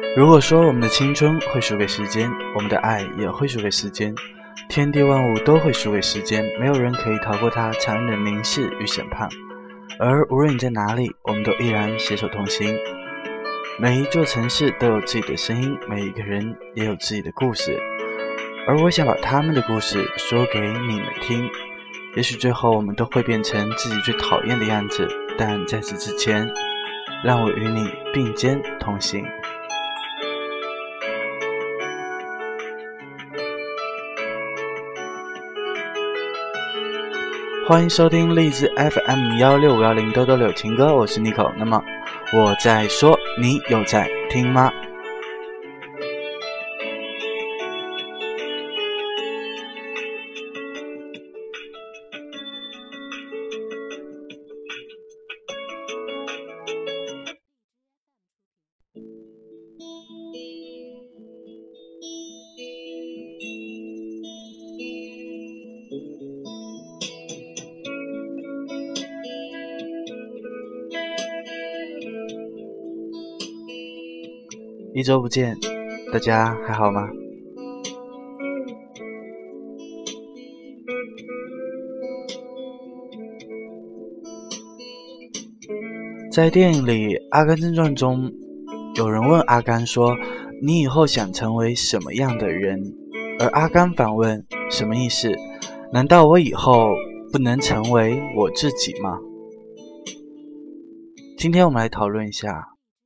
如果说我们的青春会输给时间，我们的爱也会输给时间，天地万物都会输给时间，没有人可以逃过它残忍的凝视与审判。而无论你在哪里，我们都依然携手同行。每一座城市都有自己的声音，每一个人也有自己的故事，而我想把他们的故事说给你们听。也许最后我们都会变成自己最讨厌的样子，但在此之前，让我与你并肩同行。欢迎收听荔枝 FM16510兜兜柳情歌，我是 Nico。那么我在说，你有在听吗？一周不见，大家还好吗？在电影里《阿甘正传》中，有人问阿甘说：“你以后想成为什么样的人？”而阿甘反问：“什么意思？难道我以后不能成为我自己吗？”今天我们来讨论一下，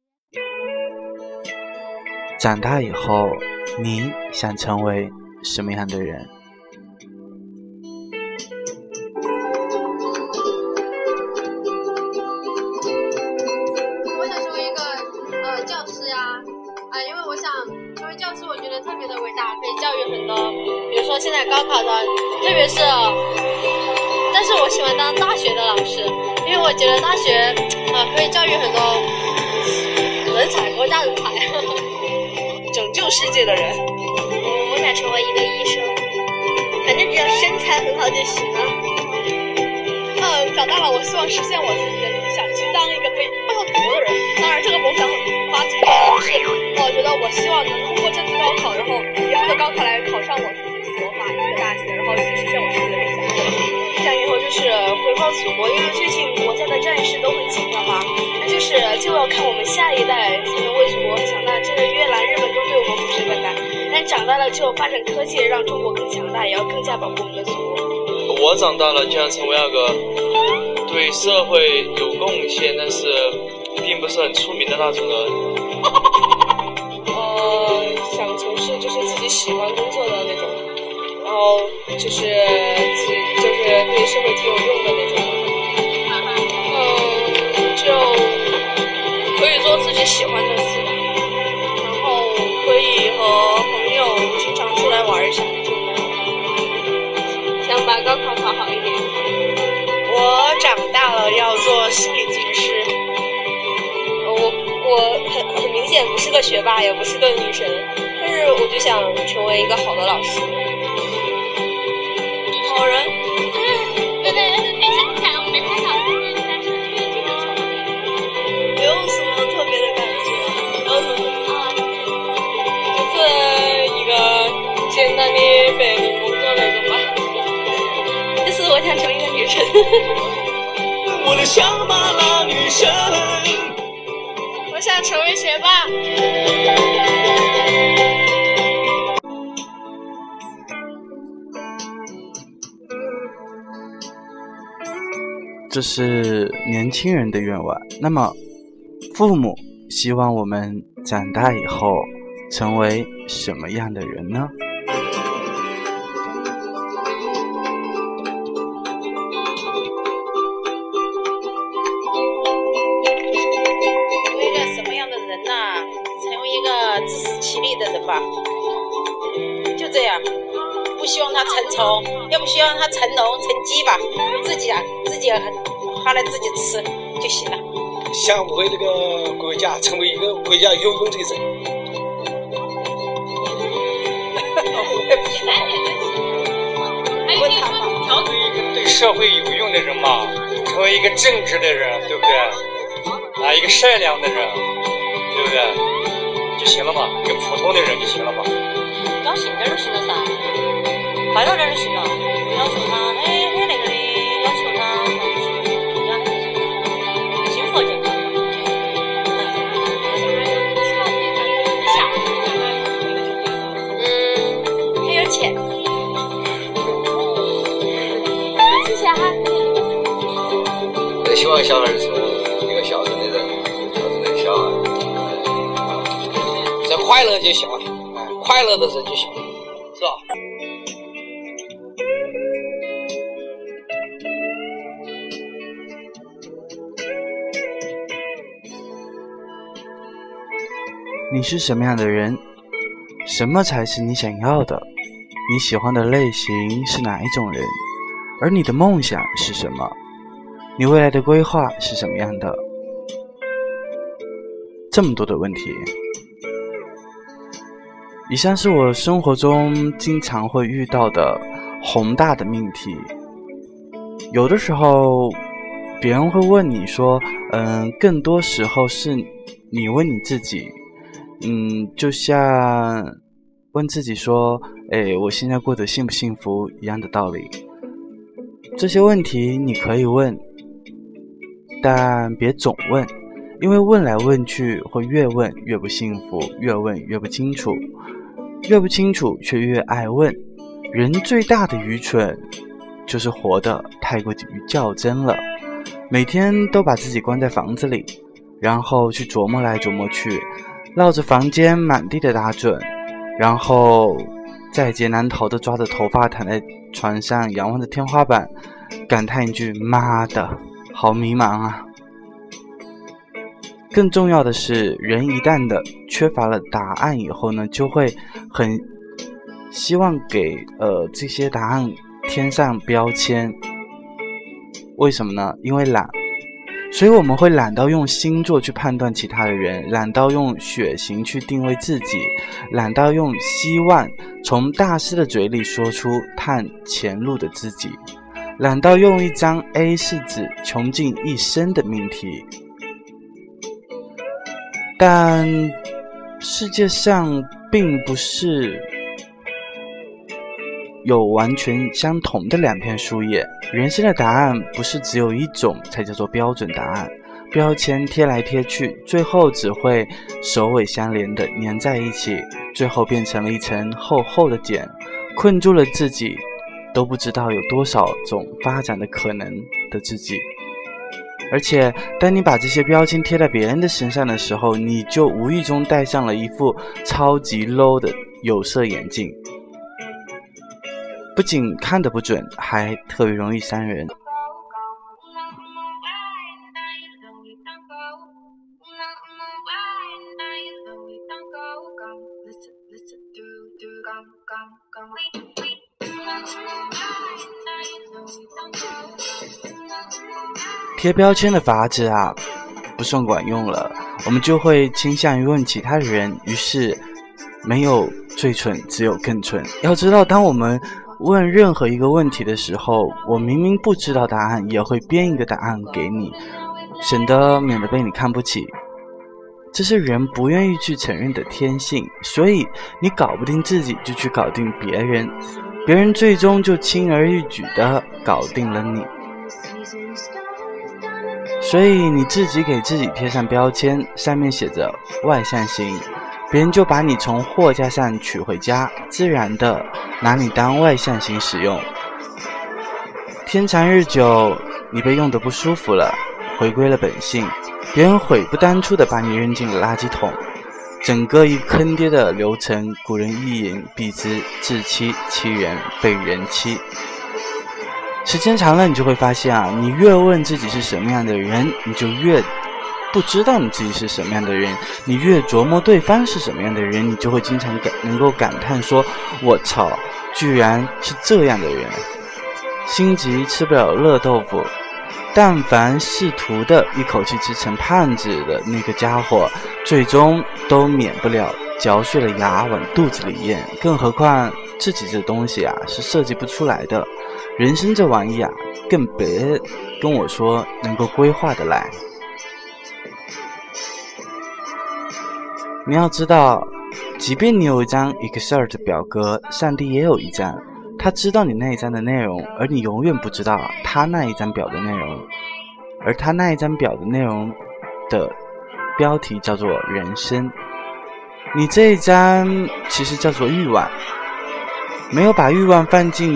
长大以后你想成为什么样的人？ 我想成为一个教师呀，因为我想成为教师，我觉得特别的伟大，可以教育很多，比如说现在高考的，特别是，但是我喜欢当大学的老师，因为我觉得大学可以教育很多人才，国家人才。 拯救世界的人。 我想成为一个医生，反正只要身材很好就行了。 长大了，我希望实现我自己的理想，去当一个可以报国的人。当然，这个梦想很浮夸，其实是我觉得我希望能通过这次高考，然后以后的高考来考上我自己所满意的大学，然后去实现我自己的理想。理想以后就是回报祖国，因为最近国家的战事都很紧张嘛，那就要看我们下一代才能为祖国强大。这个越南、日本都对我们虎视眈眈，但长大了就发展科技，让中国更强大，也要更加保护我们的祖国。 我长大了就想成为那个对社会有贡献，但是并不是很出名的那种人。 想从事就是自己喜欢工作的那种，然后就是自己就是对社会挺有用的那种。就可以做自己喜欢的事，然后可以和朋友经常出来玩一下，就没有。 想把高考考好一点。 我长大了要做心理咨询师。我很明显不是个学霸，也不是个女神，但是我就想成为一个好的老师。好人。没有什么特别的感觉，就是一个简单的白领工作那种吧。就是我想成为一个女神。 我的想把那女神。 我想成为学霸。 这是年轻人的愿望。那么父母希望我们长大以后成为什么样的人呢？ 成为一个什么样的人呢？成为一个自食其力的人吧，就这样。不希望他成虫，要不希望他成龙成鸡吧，自己花来自己吃就行了。 想为那个国家成为一个国家有用的人。 问他吧， 成为一个对社会有用的人嘛，成为一个正直的人，对不对？一个善良的人，对不对？ 就行了嘛，跟普通的人就行了嘛。 高兴点就行了噻，快乐点就行了。要求他很那个的，要求他幸福健康。 很有钱。谢谢哈。 希望小孩是一个孝顺的人，孝顺的小孩，只要快乐就行了，快乐的人就行了，是吧？ 你是什么样的人？什么才是你想要的？你喜欢的类型是哪一种人？而你的梦想是什么？你未来的规划是什么样的？这么多的问题。以上是我生活中经常会遇到的宏大的命题。有的时候别人会问你说更多时候是你问你自己，就像问自己说我现在过得幸不幸福一样的道理。这些问题你可以问，但别总问，因为问来问去会越问越不幸福，越问越不清楚，越不清楚却越爱问。人最大的愚蠢就是活得太过于较真了，每天都把自己关在房子里，然后去琢磨来琢磨去，绕着房间满地的打盹，然后在劫难逃的抓着头发躺在床上仰望着天花板，感叹一句妈的好迷茫啊。更重要的是，人一旦的缺乏了答案以后呢，就会很希望给这些答案添上标签。为什么呢？因为懒，所以我们会懒到用星座去判断其他的人，懒到用血型去定位自己，懒到用希望从大师的嘴里说出探前路的自己，懒到用一张 A4 纸穷尽一生的命题。但世界上并不是有完全相同的两片树叶，人生的答案不是只有一种才叫做标准答案，标签贴来贴去，最后只会首尾相连的粘在一起，最后变成了一层厚厚的茧，困住了自己，都不知道有多少种发展的可能的自己。而且当你把这些标签贴在别人的身上的时候，你就无意中戴上了一副超级 low 的有色眼镜，不仅看得不准，还特别容易伤人。贴标签的法子啊，不算管用了，我们就会倾向于问其他人，于是没有最蠢，只有更蠢。要知道，当我们问任何一个问题的时候，我明明不知道答案，也会编一个答案给你，免得被你看不起。这是人不愿意去承认的天性，所以你搞不定自己，就去搞定别人，别人最终就轻而易举地搞定了你。所以你自己给自己贴上标签，上面写着外向型，别人就把你从货架上取回家，自然的拿你当外向型使用。天长日久，你被用得不舒服了，回归了本性，别人悔不当初的把你扔进了垃圾桶。整个一坑爹的流程，古人一言蔽之，自欺欺人，被人欺。时间长了，你就会发现啊，你越问自己是什么样的人，你就越不知道你自己是什么样的人，你越琢磨对方是什么样的人，你就会经常能够感叹说，我操，居然是这样的人。心急吃不了热豆腐，但凡试图的一口气吃成胖子的那个家伙，最终都免不了嚼碎了牙往肚子里咽，更何况自己这东西啊是设计不出来的，人生这玩意啊，更别跟我说能够规划的来。 你要知道，即便你有一张 Excel 的表格，上帝也有一张，他知道你那一张的内容，而你永远不知道他那一张表的内容，而他那一张表的内容的标题叫做人生，你这一张其实叫做欲望，没有把欲望放进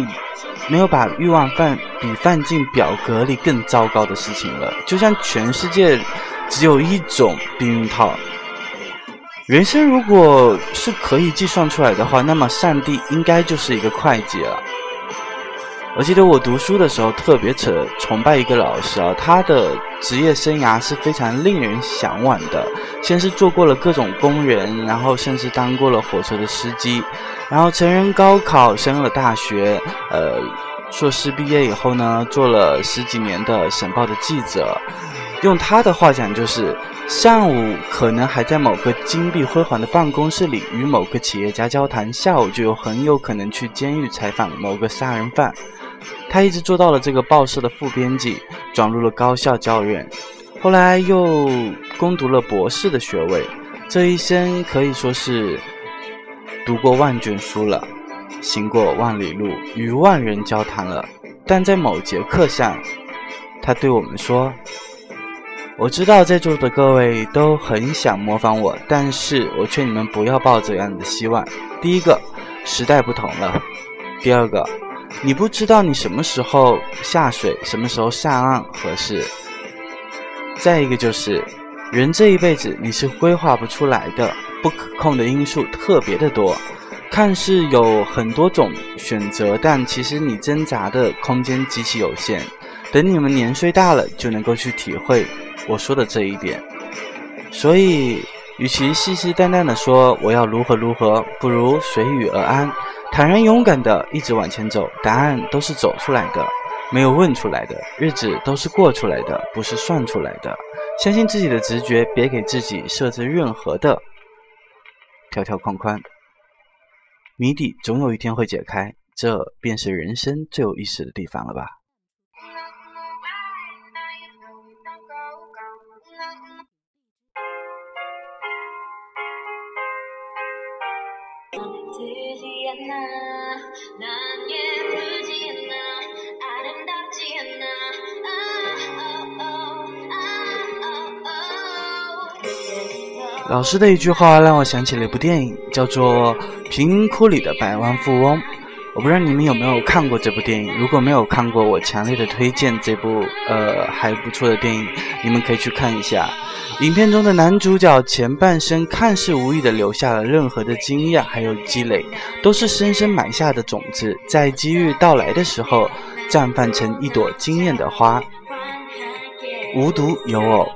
比放进表格里更糟糕的事情了。就像全世界只有一种避孕套，人生如果是可以计算出来的话，那么上帝应该就是一个会计了。我记得我读书的时候特别崇拜一个老师啊，他的职业生涯是非常令人向往的。先是做过了各种工人，然后甚至当过了火车的司机，然后成人高考升了大学，硕士毕业以后呢，做了10几年的省报的记者。用他的话讲，就是上午可能还在某个金碧辉煌的办公室里与某个企业家交谈，下午就很有可能去监狱采访某个杀人犯。他一直做到了这个报社的副编辑，转入了高校教院，后来又攻读了博士的学位。这一生可以说是读过万卷书了，行过万里路，与万人交谈了。但在某节课上，他对我们说，我知道在座的各位都很想模仿我，但是我劝你们不要抱这样的希望。第一个，时代不同了；第二个，你不知道你什么时候下水，什么时候上岸合适；再一个就是人这一辈子你是规划不出来的，不可控的因素特别的多，看似有很多种选择，但其实你挣扎的空间极其有限。等你们年岁大了，就能够去体会我说的这一点。所以与其信誓旦旦地说我要如何如何，不如随遇而安，坦然勇敢地一直往前走。答案都是走出来的，没有问出来的，日子都是过出来的，不是算出来的。相信自己的直觉，别给自己设置任何的条条框框，谜底总有一天会解开，这便是人生最有意思的地方了吧。老师的一句话让我想起了一部电影，叫做《贫民窟里的百万富翁》。我不知道你们有没有看过这部电影，如果没有看过，我强烈的推荐这部还不错的电影，你们可以去看一下。影片中的男主角前半生看似无意的留下了任何的经验还有积累，都是深深埋下的种子，在机遇到来的时候绽放成一朵惊艳的花，无独有偶。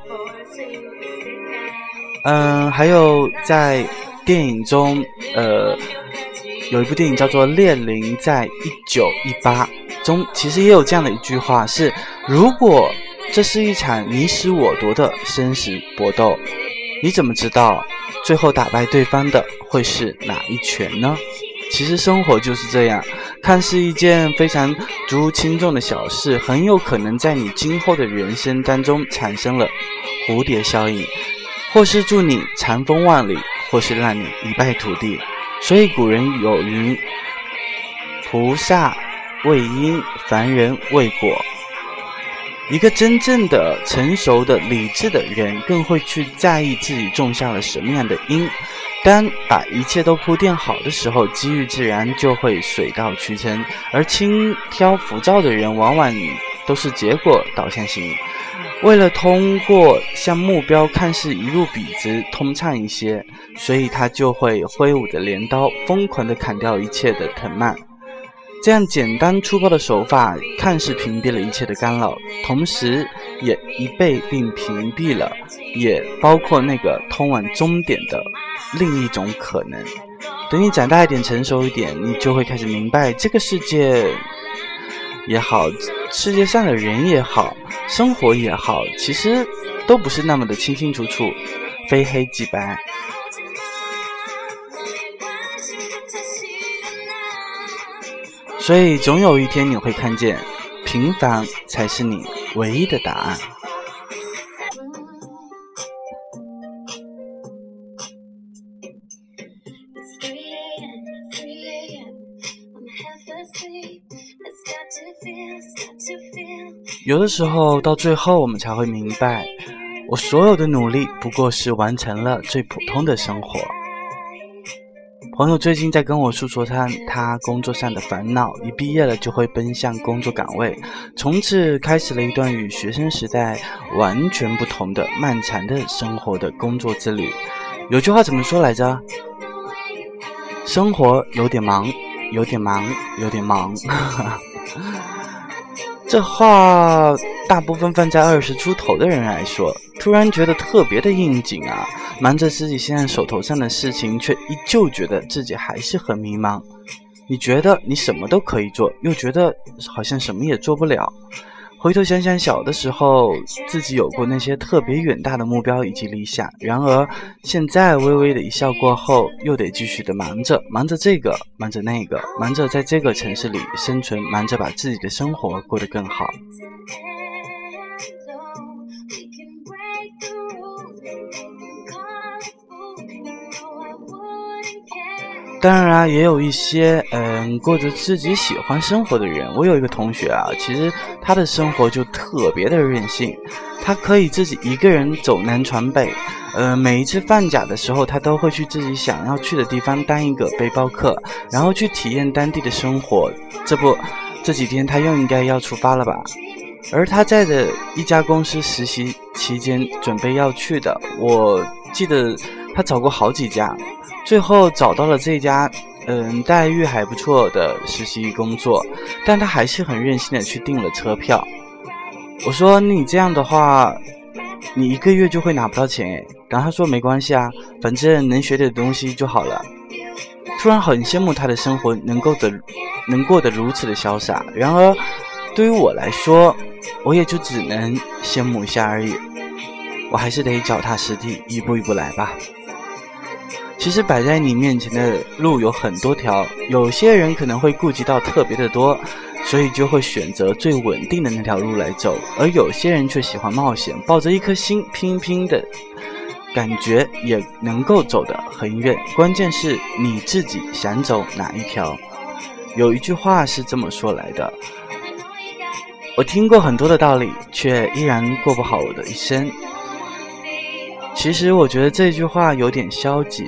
还有在电影中有一部电影叫做《列宁在1918》中，其实也有这样的一句话，是如果这是一场你死我夺的生死搏斗，你怎么知道最后打败对方的会是哪一拳呢？其实生活就是这样，看似一件非常足轻重的小事，很有可能在你今后的人生当中产生了蝴蝶效应，或是助你长风万里，或是让你一败涂地。所以古人有云，菩萨为因，凡人为果。一个真正的成熟的理智的人更会去在意自己种下了什么样的因，当把一切都铺垫好的时候，机遇自然就会水到渠成。而轻佻浮躁的人往往都是结果导向型，为了通过向目标看似一路笔直通畅一些，所以他就会挥舞着镰刀，疯狂地砍掉一切的藤蔓。这样简单粗暴的手法看似屏蔽了一切的干扰，同时也一被并屏蔽了，也包括那个通往终点的另一种可能。等你长大一点，成熟一点，你就会开始明白，这个世界也好，世界上的人也好，生活也好，其实都不是那么的清清楚楚，非黑即白。所以总有一天你会看见，平凡才是你唯一的答案。 有的时候到最后我们才会明白，我所有的努力不过是完成了最普通的生活。朋友最近在跟我诉说他工作上的烦恼，一毕业了就会奔向工作岗位，从此开始了一段与学生时代完全不同的漫长的生活的工作之旅。有句话怎么说来着？生活有点忙，有点忙，有点忙。这话大部分放在20出头的人来说，突然觉得特别的应景啊！忙着自己现在手头上的事情，却依旧觉得自己还是很迷茫。你觉得你什么都可以做，又觉得好像什么也做不了。回头想想小的时候，自己有过那些特别远大的目标以及理想，然而现在微微的一笑过后，又得继续的忙着这个，忙着那个，忙着在这个城市里生存，忙着把自己的生活过得更好。当然也有一些过着自己喜欢生活的人。我有一个同学啊，其实他的生活就特别的任性，他可以自己一个人走南闯北，每一次放假的时候，他都会去自己想要去的地方当一个背包客，然后去体验当地的生活。这几天他又应该要出发了吧？而他在的一家公司实习期间准备要去的，我记得他找过好几家，最后找到了这家待遇还不错的实习工作，但他还是很任性的去订了车票。我说你这样的话，你1个月就会拿不到钱诶。然后他说没关系啊，反正能学点东西就好了。突然很羡慕他的生活能过得如此的潇洒，然而对于我来说，我也就只能羡慕一下而已。我还是得脚踏实地，一步一步来吧。其实摆在你面前的路有很多条，有些人可能会顾及到特别的多，所以就会选择最稳定的那条路来走，而有些人却喜欢冒险，抱着一颗心拼拼的感觉也能够走得很远，关键是你自己想走哪一条。有一句话是这么说来的，我听过很多的道理，却依然过不好我的一生。其实我觉得这句话有点消极。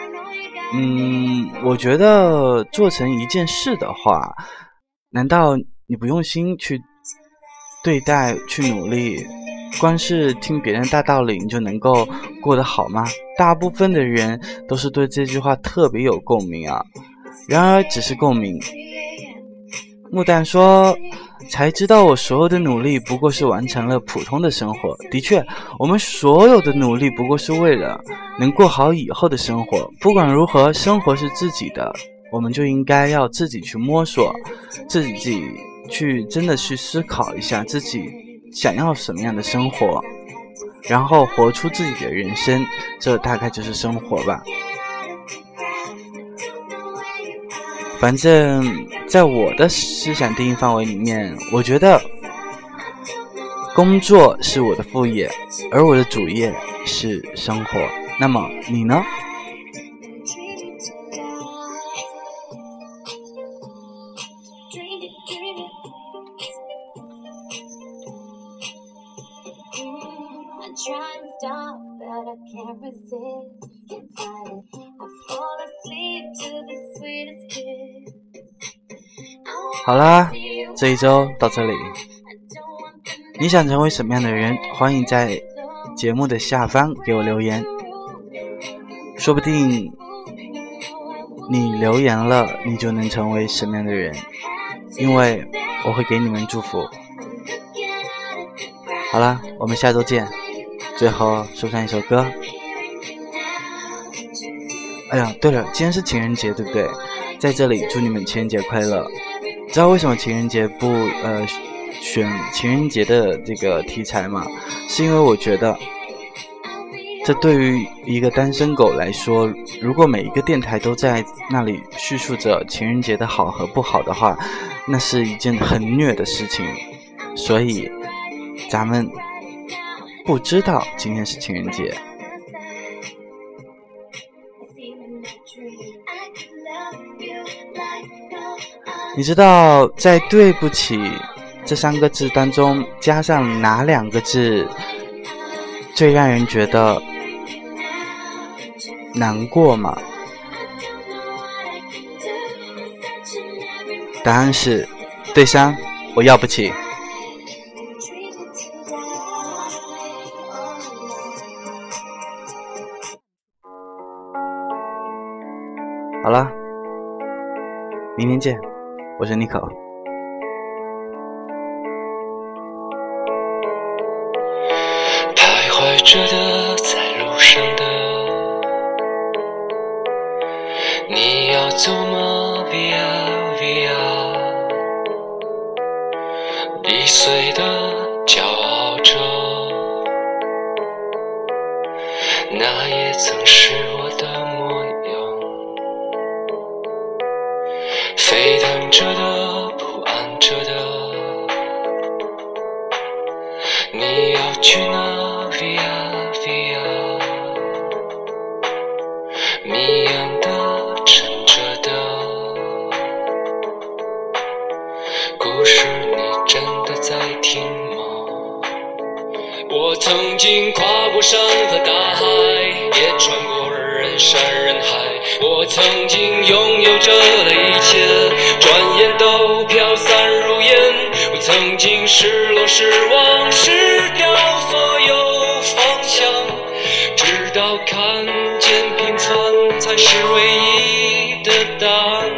我觉得做成一件事的话，难道你不用心去对待，去努力，光是听别人大道理你就能够过得好吗？大部分的人都是对这句话特别有共鸣啊，然而只是共鸣。木蛋说，才知道我所有的努力不过是完成了普通的生活。的确，我们所有的努力不过是为了能过好以后的生活。不管如何，生活是自己的，我们就应该要自己去摸索，自己去真的去思考一下自己想要什么样的生活，然后活出自己的人生，这大概就是生活吧。反正在我的思想定义范围里面，我觉得工作是我的副业，而我的主业是生活。那么你呢？好啦，这一周到这里。你想成为什么样的人？欢迎在节目的下方给我留言，说不定你留言了，你就能成为什么样的人，因为我会给你们祝福。好啦，我们下周见。最后送上一首歌。哎呀，对了，今天是情人节，对不对？在这里祝你们情人节快乐。知道为什么情人节不选情人节的这个题材吗？是因为我觉得这对于一个单身狗来说，如果每一个电台都在那里叙述着情人节的好和不好的话，那是一件很虐的事情。所以咱们不知道今天是情人节。 你知道在对不起这3个字当中加上哪2个字最让人觉得难过吗？答案是对伤，我要不起。好了，明天见，我是 Nico。 徘徊着的，在路上的，你要走吗 ？Via Via， 易碎的，骄傲着，那也曾是我的模样。沸腾着的，不安着的，你要去哪 ？Via Via， 谜样的，沉着的，故事你真的在听吗？我曾经跨过山和大海，也穿过人山人海。我曾经拥有着的一切，转眼都飘散如烟。我曾经失落失望失掉所有方向，直到看见平凡才是唯一的答案。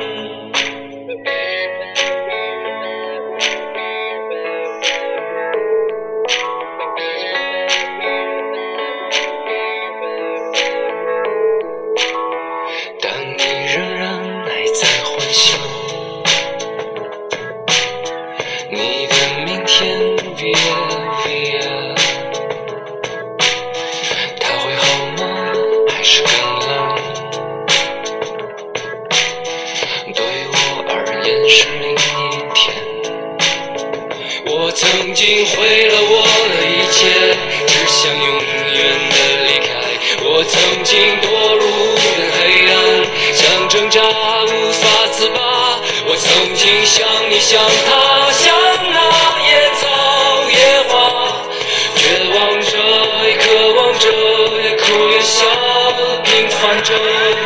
曾经毁了我的一切，只想永远的离开。我曾经堕入无边黑暗，想挣扎无法自拔。我曾经像你像他，像那野草野花，绝望着也渴望着，也哭也笑，平凡着。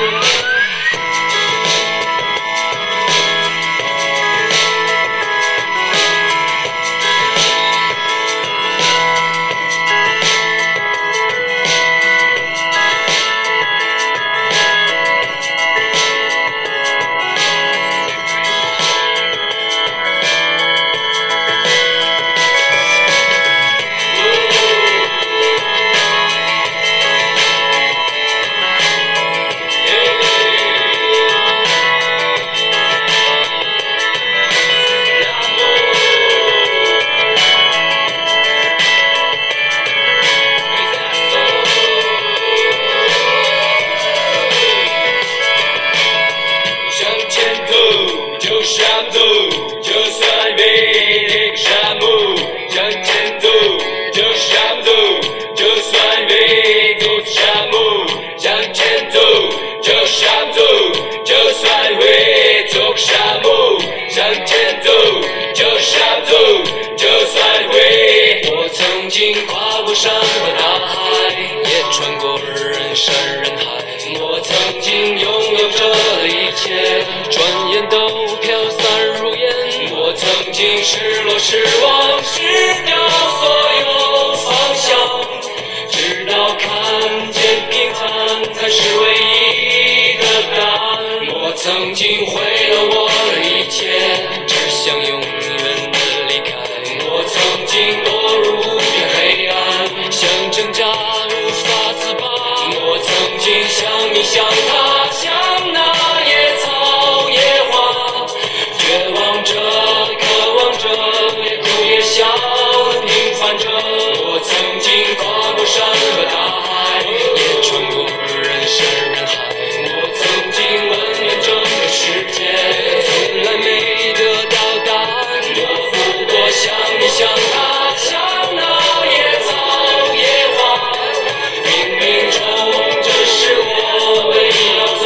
跨过山和大海，也穿过人山人海。我曾经拥有着的一切，转眼都飘散如烟。我曾经失落失望失掉所有方向，直到看见平凡才是唯一的答案。我曾经毁了我的一切，只想永远的离开。我曾经堕入无边黑暗，想挣扎无法自拔。我曾经像你像他，像那野草野花，绝望着渴望着，也哭也笑，平凡着。我曾经跨过山和大海，也穿过人山人海。我曾经问遍整个世界，从来没得到答案。我不过像你像他，像那野草野花，冥冥中这是我唯一要走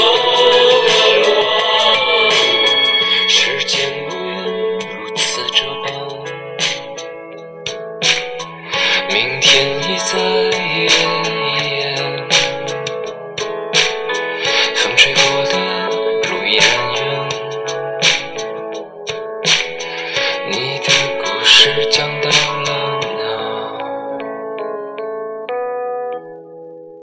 明天已在眼